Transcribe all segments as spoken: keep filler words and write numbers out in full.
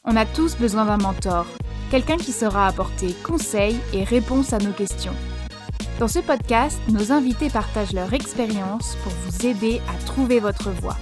On a tous besoin d'un mentor, quelqu'un qui saura apporter conseils et réponses à nos questions. Dans ce podcast, nos invités partagent leur expérience pour vous aider à trouver votre voie.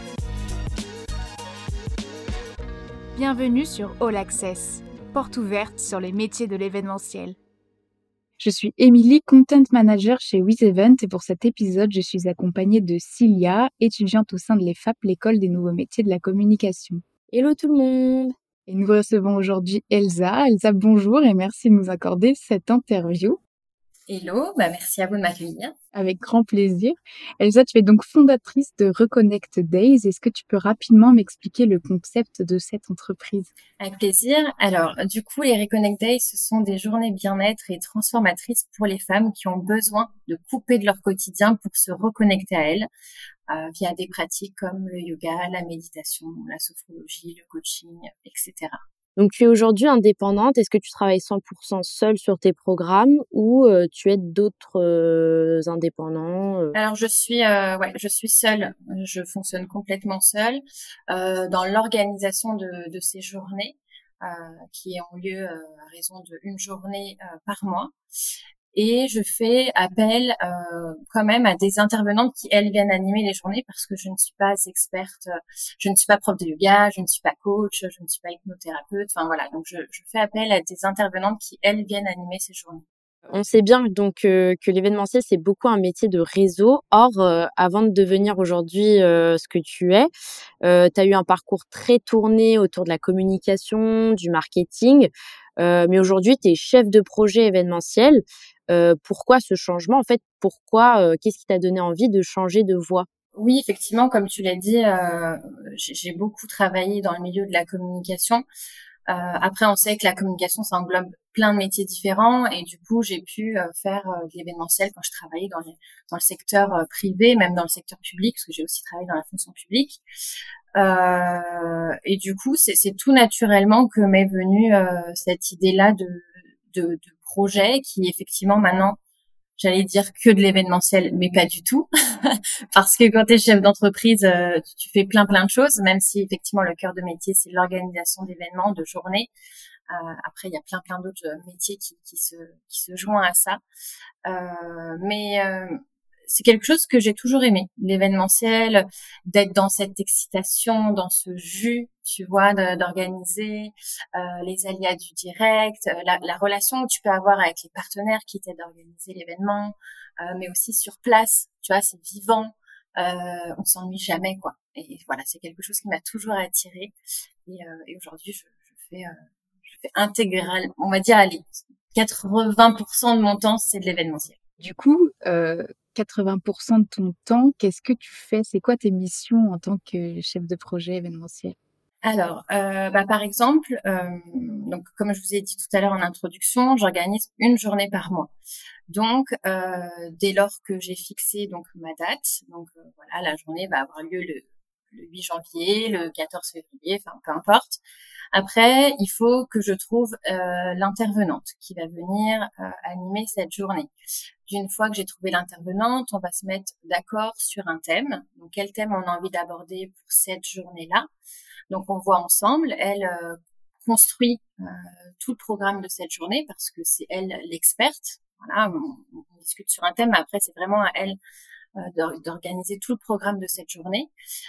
Bienvenue sur All Access, porte ouverte sur les métiers de l'événementiel. Je suis Émilie, Content Manager chez WizEvent et pour cet épisode, je suis accompagnée de Cilia, étudiante au sein de l'E F A P, l'école des nouveaux métiers de la communication. Hello tout le monde! Et nous recevons aujourd'hui Elsa. Elsa, bonjour et merci de nous accorder cette interview. Hello, bah merci à vous de m'accueillir. Avec grand plaisir. Elsa, tu es donc fondatrice de Reconnect Days. Est-ce que tu peux rapidement m'expliquer le concept de cette entreprise? Avec plaisir. Alors, du coup, les Reconnect Days, ce sont des journées bien-être et transformatrices pour les femmes qui ont besoin de couper de leur quotidien pour se reconnecter à elles euh, via des pratiques comme le yoga, la méditation, la sophrologie, le coaching, et cetera. Donc, tu es aujourd'hui indépendante. Est-ce que tu travailles cent pour cent seule sur tes programmes ou euh, tu aides d'autres euh, indépendants euh... Alors, je suis, euh, ouais, je suis seule. Je fonctionne complètement seule euh, dans l'organisation de, de ces journées euh, qui ont lieu euh, à raison d'une journée euh, par mois. Et je fais appel euh, quand même à des intervenantes qui, elles, viennent animer les journées parce que je ne suis pas experte, je ne suis pas prof de yoga, je ne suis pas coach, je ne suis pas hypnothérapeute. Enfin voilà, donc je, je fais appel à des intervenantes qui, elles, viennent animer ces journées. On sait bien donc euh, que l'événementiel, c'est beaucoup un métier de réseau. Or, euh, avant de devenir aujourd'hui euh, ce que tu es, euh, tu as eu un parcours très tourné autour de la communication, du marketing. Euh, mais aujourd'hui, tu es chef de projet événementiel. Euh, pourquoi ce changement? En fait, pourquoi, euh, qu'est-ce qui t'a donné envie de changer de voie? Oui, effectivement, comme tu l'as dit, euh, j'ai, j'ai beaucoup travaillé dans le milieu de la communication. Euh, après, on sait que la communication, ça englobe plein de métiers différents et du coup, j'ai pu euh, faire euh, de l'événementiel quand je travaillais dans, les, dans le secteur euh, privé, même dans le secteur public, parce que j'ai aussi travaillé dans la fonction publique. Euh, et du coup, c'est, c'est tout naturellement que m'est venue euh, cette idée-là de, de, de projet qui, effectivement, maintenant, j'allais dire que de l'événementiel, mais pas du tout. Parce que quand tu es chef d'entreprise, euh, tu fais plein plein de choses, même si effectivement le cœur de métier, c'est l'organisation d'événements, de journées. Euh, après, il y a plein plein d'autres métiers qui, qui, se, qui se joignent à ça. Euh, mais euh, c'est quelque chose que j'ai toujours aimé, l'événementiel, d'être dans cette excitation, dans ce jus, tu vois, de, d'organiser euh, les aléas du direct, la, la relation que tu peux avoir avec les partenaires qui t'aident à organiser l'événement, euh, mais aussi sur place, tu vois, c'est vivant, euh, on s'ennuie jamais, quoi. Et voilà, c'est quelque chose qui m'a toujours attirée. Et, euh, et aujourd'hui, je, je fais, euh, je fais intégral, on va dire, allez, quatre-vingts pour cent de mon temps, c'est de l'événementiel. Du coup, euh, quatre-vingts pour cent de ton temps, qu'est-ce que tu fais? C'est quoi tes missions en tant que chef de projet événementiel? Alors, euh, bah, par exemple, euh, donc comme je vous ai dit tout à l'heure en introduction, j'organise une journée par mois. Donc, euh, dès lors que j'ai fixé donc ma date, donc euh, voilà, la journée va avoir lieu le, le huit janvier, le quatorze février, enfin peu importe. Après, il faut que je trouve euh, l'intervenante qui va venir euh, animer cette journée. D'une fois que j'ai trouvé l'intervenante, on va se mettre d'accord sur un thème. Donc, quel thème on a envie d'aborder pour cette journée-là. Donc, on voit ensemble. Elle euh, construit euh, tout le programme de cette journée parce que c'est elle l'experte. Voilà, on, on discute sur un thème, mais après, c'est vraiment à elle euh, d'organiser tout le programme de cette journée.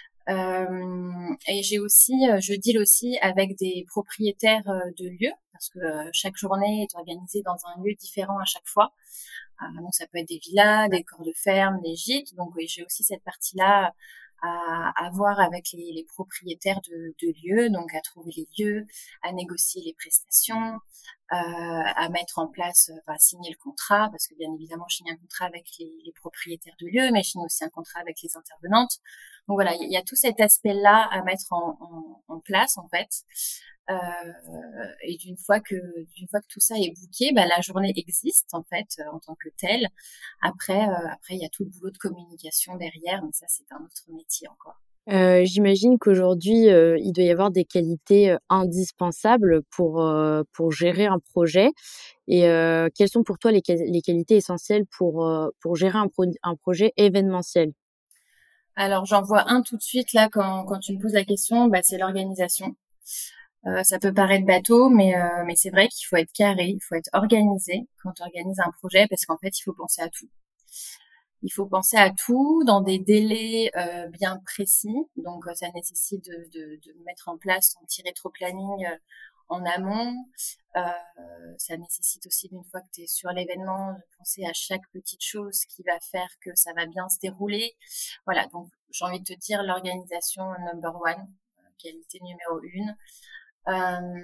Euh, et j'ai aussi, je deal aussi avec des propriétaires de lieux parce que euh, chaque journée est organisée dans un lieu différent à chaque fois. Euh, donc ça peut être des villas, des corps de ferme, des gîtes. Donc oui, j'ai aussi cette partie-là à, à voir avec les, les propriétaires de, de lieux, donc à trouver les lieux, à négocier les prestations, euh, à mettre en place, enfin, à signer le contrat, parce que bien évidemment, je signe un contrat avec les, les propriétaires de lieux, mais je signe aussi un contrat avec les intervenantes. Donc voilà, il y a tout cet aspect-là à mettre en, en, en place, en fait. Euh, et d'une fois que d'une fois que tout ça est booké, bah, la journée existe en fait euh, en tant que telle. Après, euh, après il y a tout le boulot de communication derrière, mais ça c'est un autre métier encore. Euh, j'imagine qu'aujourd'hui, euh, il doit y avoir des qualités euh, indispensables pour euh, pour gérer un projet. Et euh, quelles sont pour toi les, les qualités essentielles pour euh, pour gérer un, pro un projet événementiel? Alors j'en vois un tout de suite là quand quand tu me poses la question, bah, c'est l'organisation. Euh, ça peut paraître bateau, mais euh, mais c'est vrai qu'il faut être carré, il faut être organisé quand on organise un projet, parce qu'en fait, il faut penser à tout. Il faut penser à tout dans des délais euh, bien précis. Donc, euh, ça nécessite de, de, de mettre en place son petit rétro-planning euh, en amont. Euh, ça nécessite aussi, une fois que tu es sur l'événement, de penser à chaque petite chose qui va faire que ça va bien se dérouler. Voilà, donc j'ai envie de te dire l'organisation number one, qualité numéro une. Euh,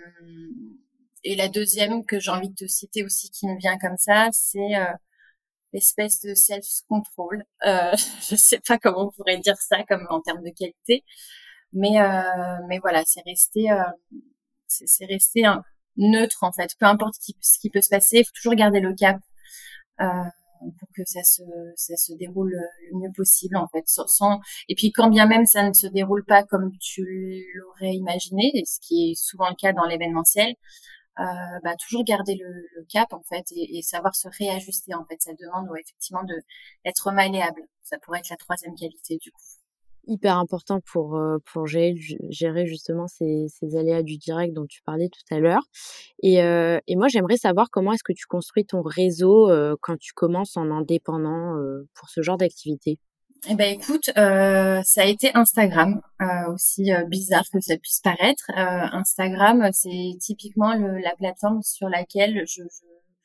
et la deuxième que j'ai envie de te citer aussi, qui me vient comme ça, c'est euh, l'espèce de self-control. Euh, je sais pas comment on pourrait dire ça comme en termes de qualité, mais euh, mais voilà, c'est resté euh, c'est, c'est resté un neutre en fait. Peu importe qui, ce qui peut se passer, il faut toujours garder le cap euh, pour que ça se ça se déroule le mieux possible en fait. Sans, sans et puis quand bien même ça ne se déroule pas comme tu l'aurais imaginé, ce qui est souvent le cas dans l'événementiel. Euh, bah, toujours garder le, le cap en fait et, et savoir se réajuster en fait. Ça demande ouais, effectivement de être malléable. Ça pourrait être la troisième qualité du coup. Hyper important pour euh, pour gérer, gérer justement ces, ces aléas du direct dont tu parlais tout à l'heure. Et, euh, et moi, j'aimerais savoir comment est-ce que tu construis ton réseau euh, quand tu commences en indépendant euh, pour ce genre d'activité. Eh ben écoute, euh, ça a été Instagram, euh, aussi euh, bizarre que ça puisse paraître. Euh, Instagram, c'est typiquement le, la plateforme sur laquelle je, je,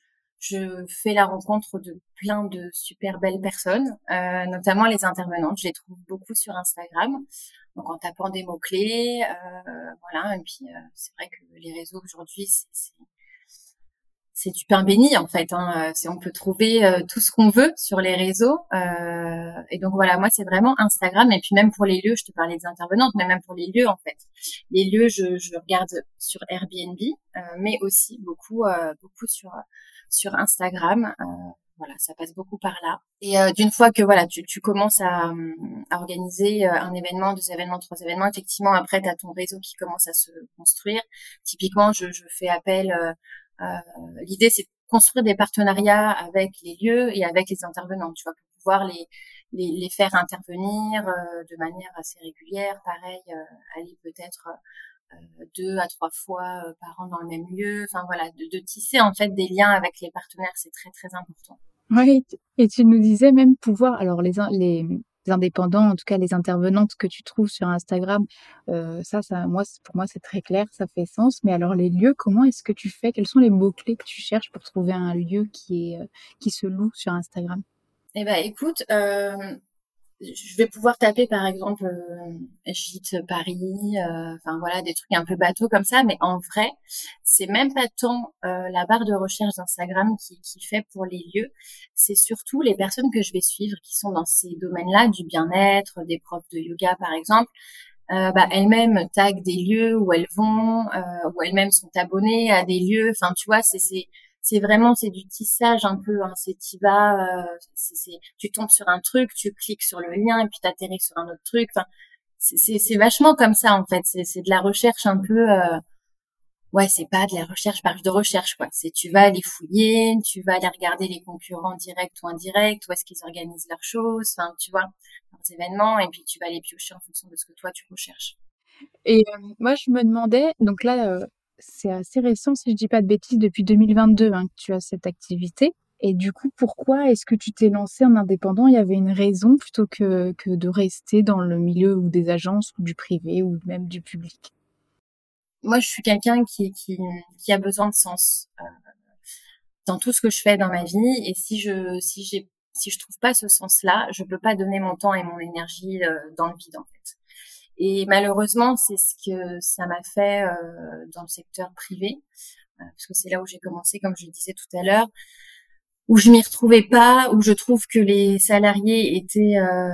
je fais la rencontre de plein de super belles personnes, euh, notamment les intervenantes. Je les trouve beaucoup sur Instagram, donc en tapant des mots-clés, euh, voilà. Et puis euh, c'est vrai que les réseaux aujourd'hui, c'est, c'est c'est du pain béni en fait. Hein. C'est, on peut trouver euh, tout ce qu'on veut sur les réseaux. Euh, et donc voilà, moi c'est vraiment Instagram. Et puis même pour les lieux, je te parlais des intervenantes, mais même pour les lieux en fait. Les lieux, je, je regarde sur Airbnb, euh, mais aussi beaucoup, euh, beaucoup sur sur Instagram. Euh, voilà, ça passe beaucoup par là. Et euh, d'une fois que voilà, tu, tu commences à, à organiser un événement, deux événements, trois événements, effectivement après tu as ton réseau qui commence à se construire. Typiquement, je, je fais appel euh, euh, l'idée, c'est de construire des partenariats avec les lieux et avec les intervenants, tu vois, pour pouvoir les les, les faire intervenir euh, de manière assez régulière. Pareil, euh, aller peut-être euh, deux à trois fois euh, par an dans le même lieu. Enfin voilà, de, de tisser en fait des liens avec les partenaires, c'est très très important. Oui, et tu nous disais même pouvoir, alors les, les, les indépendants, en tout cas les intervenantes que tu trouves sur Instagram, euh, ça, ça, moi, pour moi, c'est très clair, ça fait sens. Mais alors les lieux, comment est-ce que tu fais? Quels sont les mots-clés que tu cherches pour trouver un lieu qui est, euh, qui se loue sur Instagram? Eh ben, écoute, euh, je vais pouvoir taper par exemple euh, gîte Paris, euh, enfin voilà des trucs un peu bateaux comme ça, mais en vrai c'est même pas tant euh, la barre de recherche d'Instagram qui, qui fait pour les lieux, c'est surtout les personnes que je vais suivre qui sont dans ces domaines-là du bien-être, des profs de yoga par exemple. Euh, bah, elles-mêmes taguent des lieux où elles vont, euh, où elles-mêmes sont abonnées à des lieux. Enfin, tu vois, c'est c'est c'est vraiment c'est du tissage un peu. Hein, c'est t'y vas, euh, c'est, c'est tu tombes sur un truc, tu cliques sur le lien et puis t'atterris sur un autre truc. Enfin, c'est c'est, c'est vachement comme ça en fait. C'est c'est de la recherche un peu. Euh, ouais, c'est pas de la recherche par de recherche quoi. C'est tu vas aller fouiller, tu vas aller regarder les concurrents directs ou indirects, où est-ce qu'ils organisent leurs choses. Enfin, tu vois, leurs événements et puis tu vas les piocher en fonction de ce que toi tu recherches. Et euh, moi, je me demandais, donc là, euh, c'est assez récent, si je dis pas de bêtises, depuis deux mille vingt-deux hein, que tu as cette activité. Et du coup, pourquoi est-ce que tu t'es lancé en indépendant? Il y avait une raison plutôt que, que de rester dans le milieu ou des agences ou du privé ou même du public. Moi, je suis quelqu'un qui, qui, qui a besoin de sens euh, dans tout ce que je fais dans ma vie. Et si je, si j'ai, si je trouve pas ce sens-là, je peux pas donner mon temps et mon énergie euh, dans le vide, en fait. Et malheureusement, c'est ce que ça m'a fait euh, dans le secteur privé, euh, parce que c'est là où j'ai commencé, comme je le disais tout à l'heure, où je m'y retrouvais pas, où je trouve que les salariés étaient euh,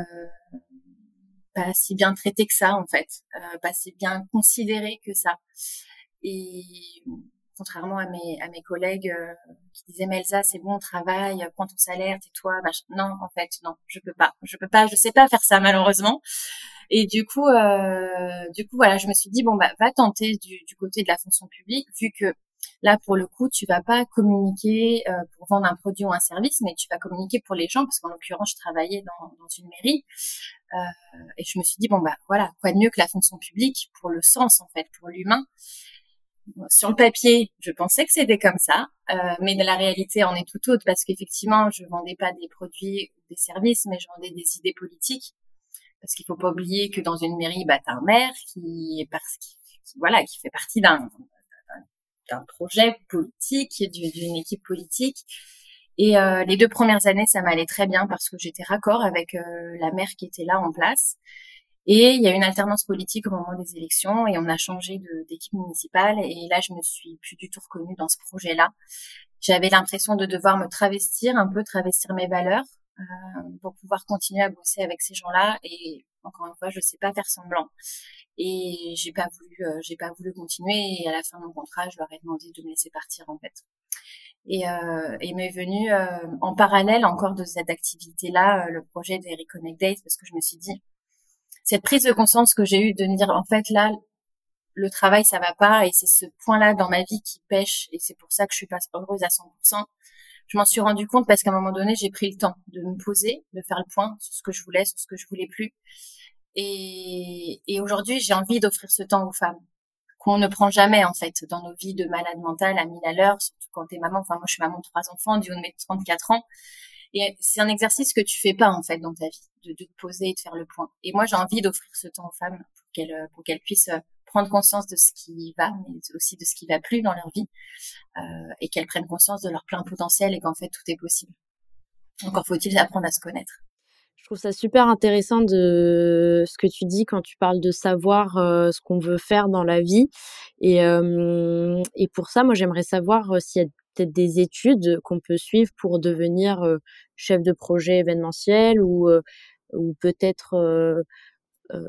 pas si bien traités que ça, en fait, euh, pas si bien considérés que ça. Et contrairement à mes à mes collègues euh, qui disaient mais Elsa c'est bon travaille prends ton salaire tais-toi machin. Non en fait non je peux pas je peux pas je sais pas faire ça malheureusement et du coup euh, du coup voilà je me suis dit bon bah va tenter du, du côté de la fonction publique vu que là pour le coup tu vas pas communiquer euh, pour vendre un produit ou un service mais tu vas communiquer pour les gens parce qu'en l'occurrence je travaillais dans dans une mairie euh, et je me suis dit bon bah voilà quoi de mieux que la fonction publique pour le sens en fait pour l'humain. Sur le papier, je pensais que c'était comme ça, euh, mais la réalité en est tout autre parce qu'effectivement, je vendais pas des produits ou des services, mais je vendais des idées politiques. Parce qu'il faut pas oublier que dans une mairie, bah, t'as un maire qui est parce qui, qui, voilà, qui fait partie d'un, d'un projet politique, d'une équipe politique. Et euh, les deux premières années, ça m'allait très bien parce que j'étais raccord avec euh, la maire qui était là en place. Et il y a eu une alternance politique au moment des élections et on a changé de, d'équipe municipale. Et là, je me suis plus du tout reconnue dans ce projet-là. J'avais l'impression de devoir me travestir, un peu travestir mes valeurs euh, pour pouvoir continuer à bosser avec ces gens-là. Et encore une fois, je sais pas faire semblant. Et j'ai pas voulu, euh, j'ai pas voulu continuer. Et à la fin de mon contrat, je leur ai demandé de me laisser partir en fait. Et, euh, et m'est venu euh, en parallèle encore de cette activité-là, euh, le projet des Reconnect Days, parce que je me suis dit, cette prise de conscience que j'ai eue de me dire, en fait, là, le travail, ça va pas, et c'est ce point-là dans ma vie qui pêche, et c'est pour ça que je suis pas heureuse à cent pour cent. Je m'en suis rendu compte parce qu'à un moment donné, j'ai pris le temps de me poser, de faire le point sur ce que je voulais, sur ce que je voulais plus. Et, et aujourd'hui, j'ai envie d'offrir ce temps aux femmes qu'on ne prend jamais, en fait, dans nos vies de malade mentale à mille à l'heure, surtout quand t'es maman. Enfin, moi, je suis maman de trois enfants, du haut de mes trente-quatre ans. Et c'est un exercice que tu fais pas, en fait, dans ta vie, de, de te poser et de faire le point. Et moi, j'ai envie d'offrir ce temps aux femmes pour qu'elles, pour qu'elles puissent prendre conscience de ce qui va, mais aussi de ce qui va plus dans leur vie, euh, et qu'elles prennent conscience de leur plein potentiel et qu'en fait, tout est possible. Encore faut-il apprendre à se connaître. Je trouve ça super intéressant de ce que tu dis quand tu parles de savoir euh, ce qu'on veut faire dans la vie. Et, euh, et pour ça, moi, j'aimerais savoir euh, s'il y a peut-être des études qu'on peut suivre pour devenir euh, chef de projet événementiel ou, euh, ou peut-être euh, euh,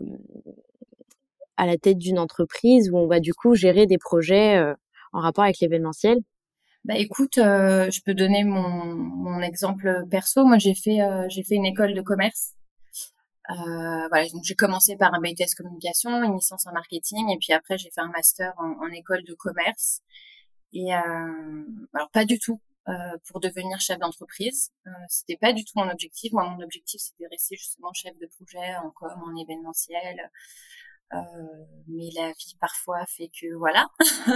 à la tête d'une entreprise où on va du coup gérer des projets euh, en rapport avec l'événementiel. Bah écoute, euh, je peux donner mon, mon exemple perso. Moi, j'ai fait euh, j'ai fait une école de commerce. Euh, voilà, donc j'ai commencé par un B T S communication, une licence en marketing, et puis après j'ai fait un master en, en école de commerce. Et euh, alors pas du tout euh, pour devenir chef d'entreprise. Euh, c'était pas du tout mon objectif. Moi, mon objectif c'était de rester justement chef de projet en com, en événementiel. Euh, mais la vie parfois fait que voilà.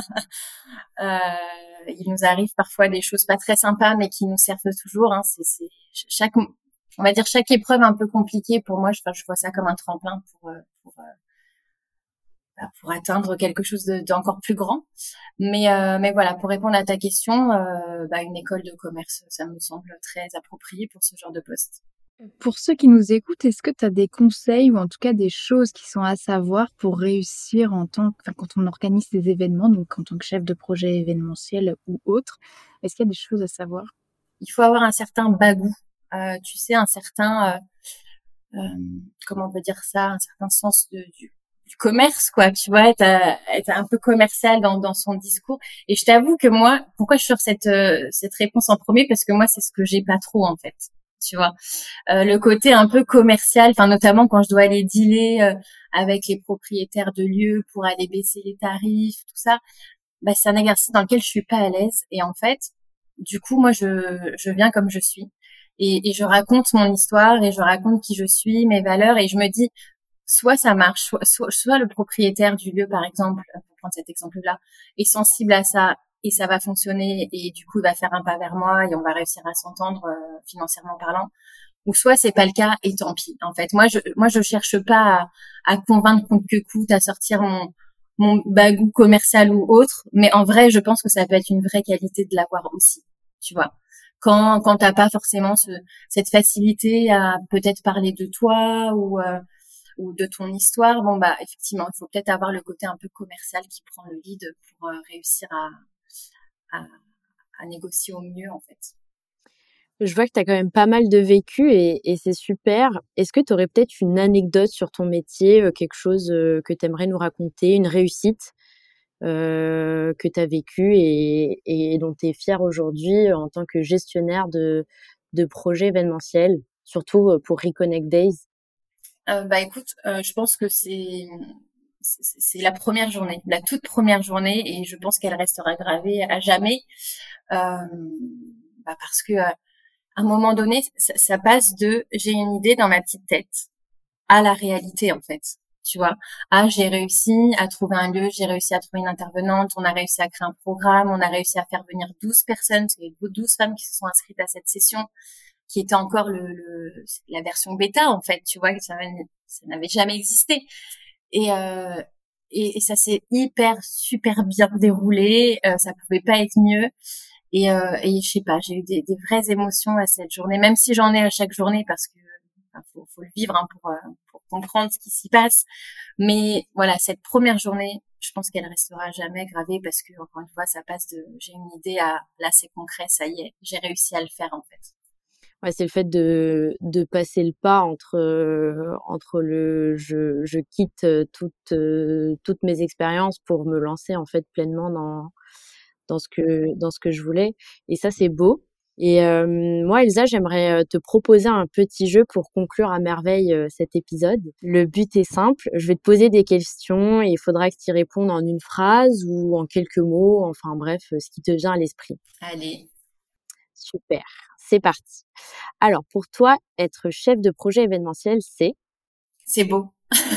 euh, il nous arrive parfois des choses pas très sympas, mais qui nous servent toujours. Hein. C'est, c'est chaque, on va dire chaque épreuve un peu compliquée pour moi. Je, enfin, je vois ça comme un tremplin pour pour, pour atteindre quelque chose de, d'encore plus grand. Mais euh, mais voilà, pour répondre à ta question, euh, bah, une école de commerce, ça me semble très approprié pour ce genre de poste. Pour ceux qui nous écoutent, est-ce que tu as des conseils ou en tout cas des choses qui sont à savoir pour réussir en tant que, enfin, quand on organise des événements, donc en tant que chef de projet événementiel ou autre, est-ce qu'il y a des choses à savoir? Il faut avoir un certain bagou, euh, tu sais, un certain, euh, euh, comment on peut dire ça, un certain sens de, du, du commerce, quoi, tu vois, être, être un peu commercial dans, dans son discours. Et je t'avoue que moi, pourquoi je suis sur cette, euh, cette réponse en premier, parce que moi, c'est ce que j'ai pas trop, en fait. Tu vois, euh, le côté un peu commercial, enfin notamment quand je dois aller dealer euh, avec les propriétaires de lieux pour aller baisser les tarifs, tout ça, bah c'est un exercice dans lequel je suis pas à l'aise. Et en fait, du coup, moi je je viens comme je suis et, et je raconte mon histoire et je raconte qui je suis, mes valeurs et je me dis soit ça marche, soit soit, soit le propriétaire du lieu par exemple, pour prendre cet exemple-là, est sensible à ça et ça va fonctionner et du coup il va faire un pas vers moi et on va réussir à s'entendre euh, financièrement parlant, ou soit c'est pas le cas et tant pis. En fait, moi je moi je cherche pas à, à convaincre coûte que coûte, à sortir mon mon bagou commercial ou autre, mais en vrai je pense que ça peut être une vraie qualité de l'avoir aussi, tu vois. Quand quand t'as pas forcément ce, cette facilité à peut-être parler de toi ou euh, ou de ton histoire, bon bah effectivement il faut peut-être avoir le côté un peu commercial qui prend le lead pour euh, réussir à À, à négocier au mieux en fait. Je vois que tu as quand même pas mal de vécu et, et c'est super. Est-ce que tu aurais peut-être une anecdote sur ton métier, euh, quelque chose euh, que tu aimerais nous raconter, une réussite euh, que tu as vécue et, et dont tu es fière aujourd'hui en tant que gestionnaire de, de projets événementiels, surtout euh, pour Reconnect Days? Euh, bah écoute, euh, je pense que c'est c'est c'est la première journée, la toute première journée, et je pense qu'elle restera gravée à jamais, euh, bah parce que à un moment donné, ça, ça passe de j'ai une idée dans ma petite tête à la réalité en fait. tu vois. Ah, j'ai réussi à trouver un lieu, j'ai réussi à trouver une intervenante, on a réussi à créer un programme, on a réussi à faire venir douze personnes, parce qu'il y a douze femmes qui se sont inscrites à cette session, qui était encore le, le la version bêta, en fait, tu vois, que ça, ça n'avait jamais existé. Et, euh, et, et ça s'est hyper, super bien déroulé, euh, ça pouvait pas être mieux. Et, euh, et je sais pas, j'ai eu des, des vraies émotions à cette journée, même si j'en ai à chaque journée, parce que enfin, faut, faut le vivre hein, pour, euh, pour comprendre ce qui s'y passe. Mais voilà, cette première journée, je pense qu'elle restera jamais gravée parce que encore une fois, ça passe de j'ai une idée à là c'est concret, ça y est, j'ai réussi à le faire en fait. Ouais, c'est le fait de de passer le pas entre euh, entre le je je quitte euh, toutes euh, toutes mes expériences pour me lancer en fait pleinement dans dans ce que dans ce que je voulais et ça c'est beau. Et euh, moi Elsa, j'aimerais euh, te proposer un petit jeu pour conclure à merveille euh, cet épisode. Le but est simple, je vais te poser des questions et il faudra que tu y répondes en une phrase ou en quelques mots, enfin bref, euh, ce qui te vient à l'esprit. Allez. Super, c'est parti. Alors, pour toi, être chef de projet événementiel, c'est? C'est beau.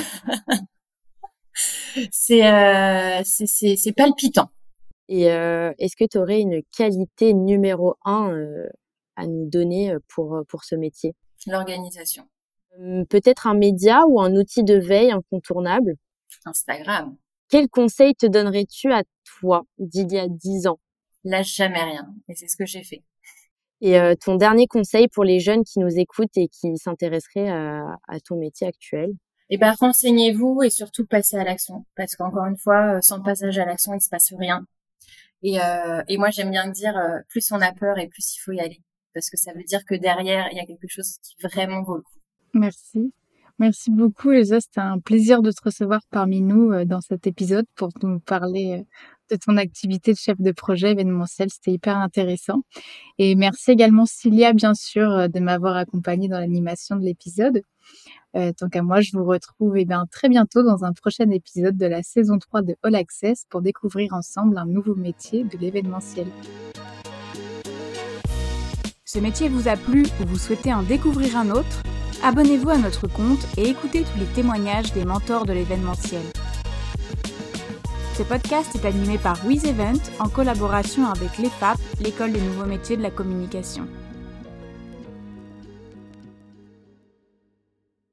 c'est, euh, c'est, c'est, c'est palpitant. Et euh, est-ce que tu aurais une qualité numéro un euh, à nous donner pour, pour ce métier? L'organisation. Hum, peut-être un média ou un outil de veille incontournable? Instagram. Quel conseil te donnerais-tu à toi d'il y a dix ans? Lâche jamais rien. Et c'est ce que j'ai fait. Et euh, ton dernier conseil pour les jeunes qui nous écoutent et qui s'intéresseraient à, à ton métier actuel? Eh ben, renseignez-vous et surtout passez à l'action. Parce qu'encore une fois, sans passage à l'action, il se passe rien. Et, euh, et moi, j'aime bien dire, euh, plus on a peur et plus il faut y aller. Parce que ça veut dire que derrière, il y a quelque chose qui vraiment vaut le coup. Merci. Merci beaucoup, Elsa. C'était un plaisir de te recevoir parmi nous euh, dans cet épisode pour nous parler euh, de ton activité de chef de projet événementiel. C'était hyper intéressant. Et merci également, Cilia, bien sûr, euh, de m'avoir accompagnée dans l'animation de l'épisode. Euh, tant qu'à moi, je vous retrouve eh bien, très bientôt dans un prochain épisode de la saison trois de All Access pour découvrir ensemble un nouveau métier de l'événementiel. Ce métier vous a plu ou vous souhaitez en découvrir un autre? Abonnez-vous à notre compte et écoutez tous les témoignages des mentors de l'événementiel. Ce podcast est animé par WizEvent en collaboration avec l'E F A P, l'école des nouveaux métiers de la communication.